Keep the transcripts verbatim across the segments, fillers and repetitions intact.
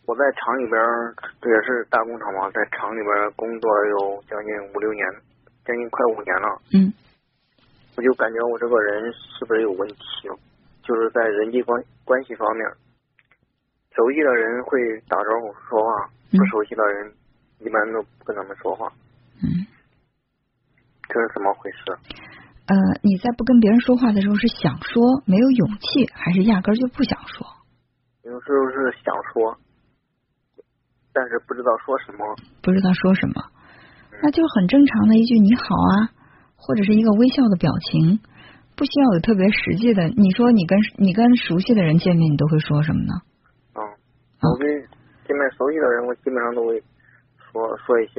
我在厂里边，这也是大工厂嘛，在厂里边工作了有将近五六年，将近快五年了。 嗯， 我就感觉我这个人是不是有问题，就是在人际关关系方面，熟悉的人会打招呼说话，不熟悉的人一般都不跟他们说话。 嗯， 这是怎么回事？ 呃，你在不跟别人说话的时候是想说没有勇气，还是压根儿就不想说？ 有时候是想说，但是不知道说什么。 不知道说什么，那就很正常的一句你好啊，或者是一个微笑的表情，不需要有特别实际的。你说你跟你跟熟悉的人见面，你都会说什么呢？ 嗯，我跟见面熟悉的人，我基本上都会说说一些，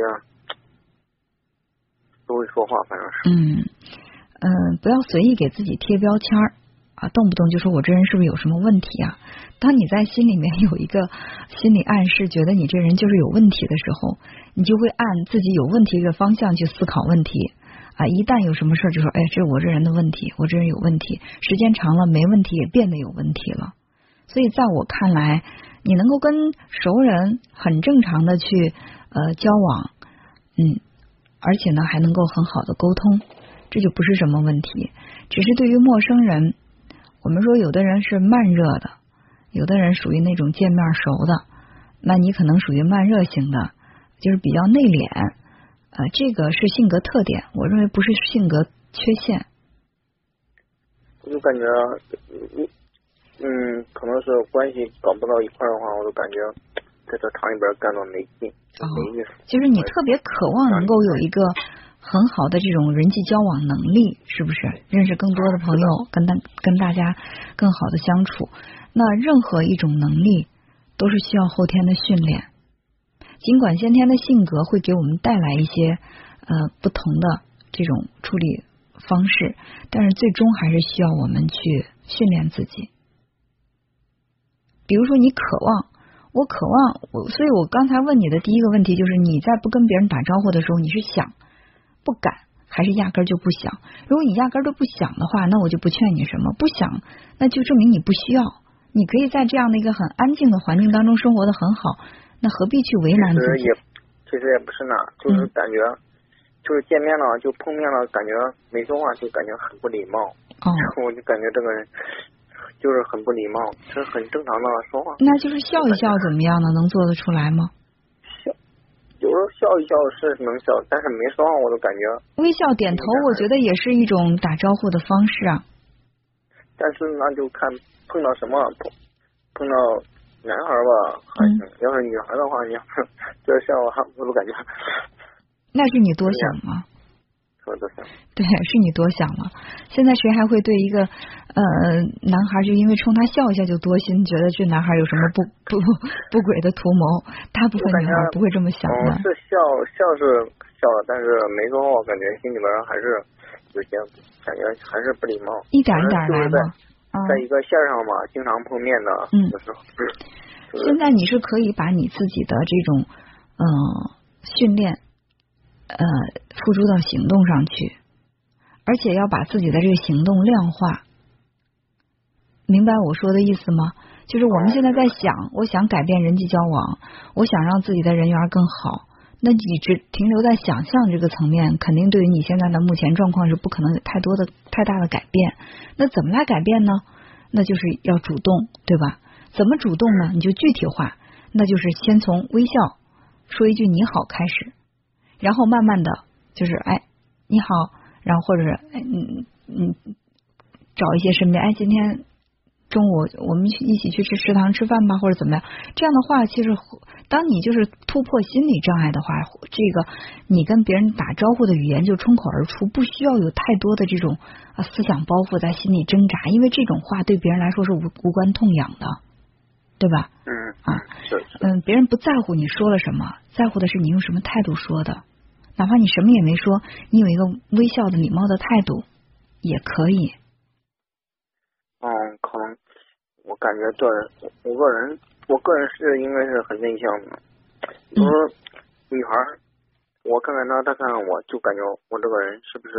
都会说话，反正是。 嗯嗯、呃，不要随意给自己贴标签儿啊，动不动就说我这人是不是有什么问题啊？当你在心里面有一个心理暗示，觉得你这人就是有问题的时候，你就会按自己有问题的方向去思考问题啊。一旦有什么事就说，哎，这是我这人的问题，我这人有问题。时间长了，没问题也变得有问题了。所以在我看来，你能够跟熟人很正常的去呃交往，嗯，而且呢还能够很好的沟通，这就不是什么问题。只是对于陌生人，我们说有的人是慢热的，有的人属于那种见面熟的，那你可能属于慢热型的，就是比较内敛，呃，这个是性格特点，我认为不是性格缺陷。 我就感觉，嗯，可能是关系搞不到一块儿的话，我就感觉在这厂里边干的没劲，没意思。 就是你特别渴望能够有一个很好的这种人际交往能力，是不是？认识更多的朋友，跟大跟大家更好的相处。那任何一种能力都是需要后天的训练。尽管先天的性格会给我们带来一些呃不同的这种处理方式，但是最终还是需要我们去训练自己。比如说你渴望，我渴望，我所以我刚才问你的第一个问题就是你在不跟别人打招呼的时候，你是想不敢还是压根儿就不想？如果你压根儿都不想的话，那我就不劝你什么，不想那就证明你不需要，你可以在这样的一个很安静的环境当中生活得很好，那何必去为难自己？ 其实也其实也不是那，就是感觉、嗯、就是见面了就碰面了，感觉没说话就感觉很不礼貌。 哦， 我就感觉这个人就是很不礼貌，是很正常的说话。 那就是笑一笑怎么样呢？能做得出来吗？ 笑，有时候笑一笑是能笑，但是没说话我都感觉微笑点头，我觉得也是一种打招呼的方式啊。 但是那就看碰到什么，碰碰到男孩吧还行、嗯，要是女孩的话，你要是这笑话，我都感觉那是你多想吗？ 我多想。 对，是你多想了。现在谁还会对一个呃男孩就因为冲他笑一下就多心，觉得这男孩有什么不不不轨的图谋？大部分女孩不会这么想的。 嗯、是笑笑是笑了，但是没说话，感觉心里边还是有些感觉还是不礼貌。 一点一点来嘛。 在一个线上嘛，经常碰面的， 嗯， 有时候。就是、 现在你是可以把你自己的这种嗯、呃、训练呃付诸到行动上去，而且要把自己的这个行动量化。明白我说的意思吗？就是我们现在在想，我想改变人际交往，我想让自己的人缘更好。那你只停留在想象这个层面，肯定对于你现在的目前状况是不可能有太多的太大的改变。那怎么来改变呢？那就是要主动，对吧？怎么主动呢？你就具体化，那就是先从微笑说一句你好开始，然后慢慢的就是哎你好，然后或者是哎嗯嗯找一些身边哎今天中午我们一起去吃食堂吃饭吧，或者怎么样。这样的话，其实当你就是突破心理障碍的话，这个你跟别人打招呼的语言就冲口而出，不需要有太多的这种啊思想包袱在心里挣扎，因为这种话对别人来说是无无关痛痒的，对吧？ 嗯啊， 是是嗯，别人不在乎你说了什么，在乎的是你用什么态度说的。哪怕你什么也没说，你有一个微笑的礼貌的态度也可以。 嗯，可能我感觉这我个人，我个人是应该是很内向的。比如说女孩，我看看她，她看看我，就感觉我这个人是不是？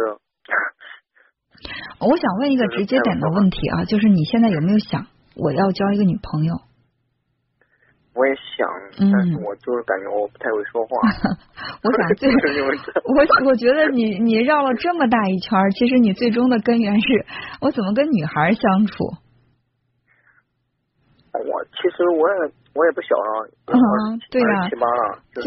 我想问一个直接点的问题啊，就是你现在有没有想我要交一个女朋友？ 嗯， 我也想， 嗯、 但是我就是感觉我不太会说话。 我想最我我觉得你你绕了这么大一圈，其实你最终的根源是我怎么跟女孩相处。 我其实我也我也不小了， 嗯，对呀、啊， 七八了， 就是。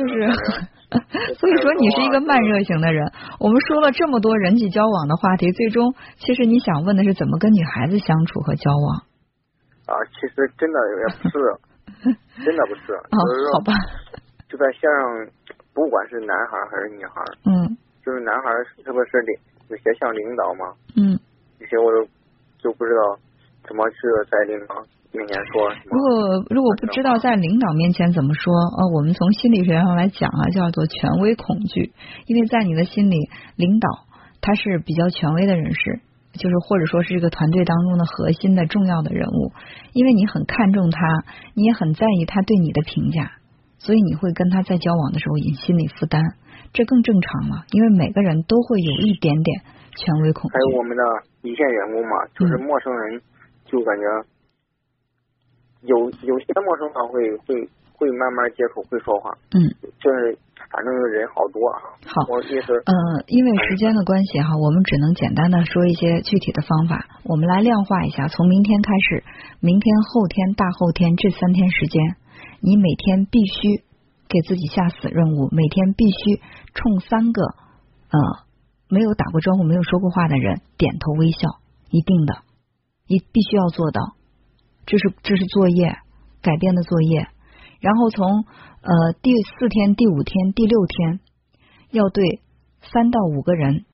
所以说你是一个慢热型的人。我们说了这么多人际交往的话题，最终其实你想问的是怎么跟女孩子相处和交往。 啊，其实真的也不是，真的不是。 哦，好吧。 就在线上，不管是男孩还是女孩， 嗯， 就是男孩特别是领有些像领导嘛， 嗯， 有些我都就不知道怎么去在领导面前说。 如果如果不知道在领导面前怎么说，呃，我们从心理学上来讲啊，叫做权威恐惧。因为在你的心里，领导他是比较权威的人士，就是或者说是这个团队当中的核心的重要的人物，因为你很看重他，你也很在意他对你的评价，所以你会跟他在交往的时候引心理负担，这更正常了，因为每个人都会有一点点权威恐惧。 还有我们的一线员工嘛，就是陌生人就感觉。有有些陌生人会会会慢慢接触，会说话。 嗯， 就是反正人好多。 好， 我意思。 呃，因为时间的关系哈，我们只能简单的说一些具体的方法。我们来量化一下，从明天开始，明天、后天、大后天这三天时间，你每天必须给自己下死任务，每天必须冲三个呃没有打过招呼、没有说过话的人点头微笑，一定的，你必须要做到。这是这是作业，改变的作业。然后从呃第四天、第五天、第六天，要对三到五个人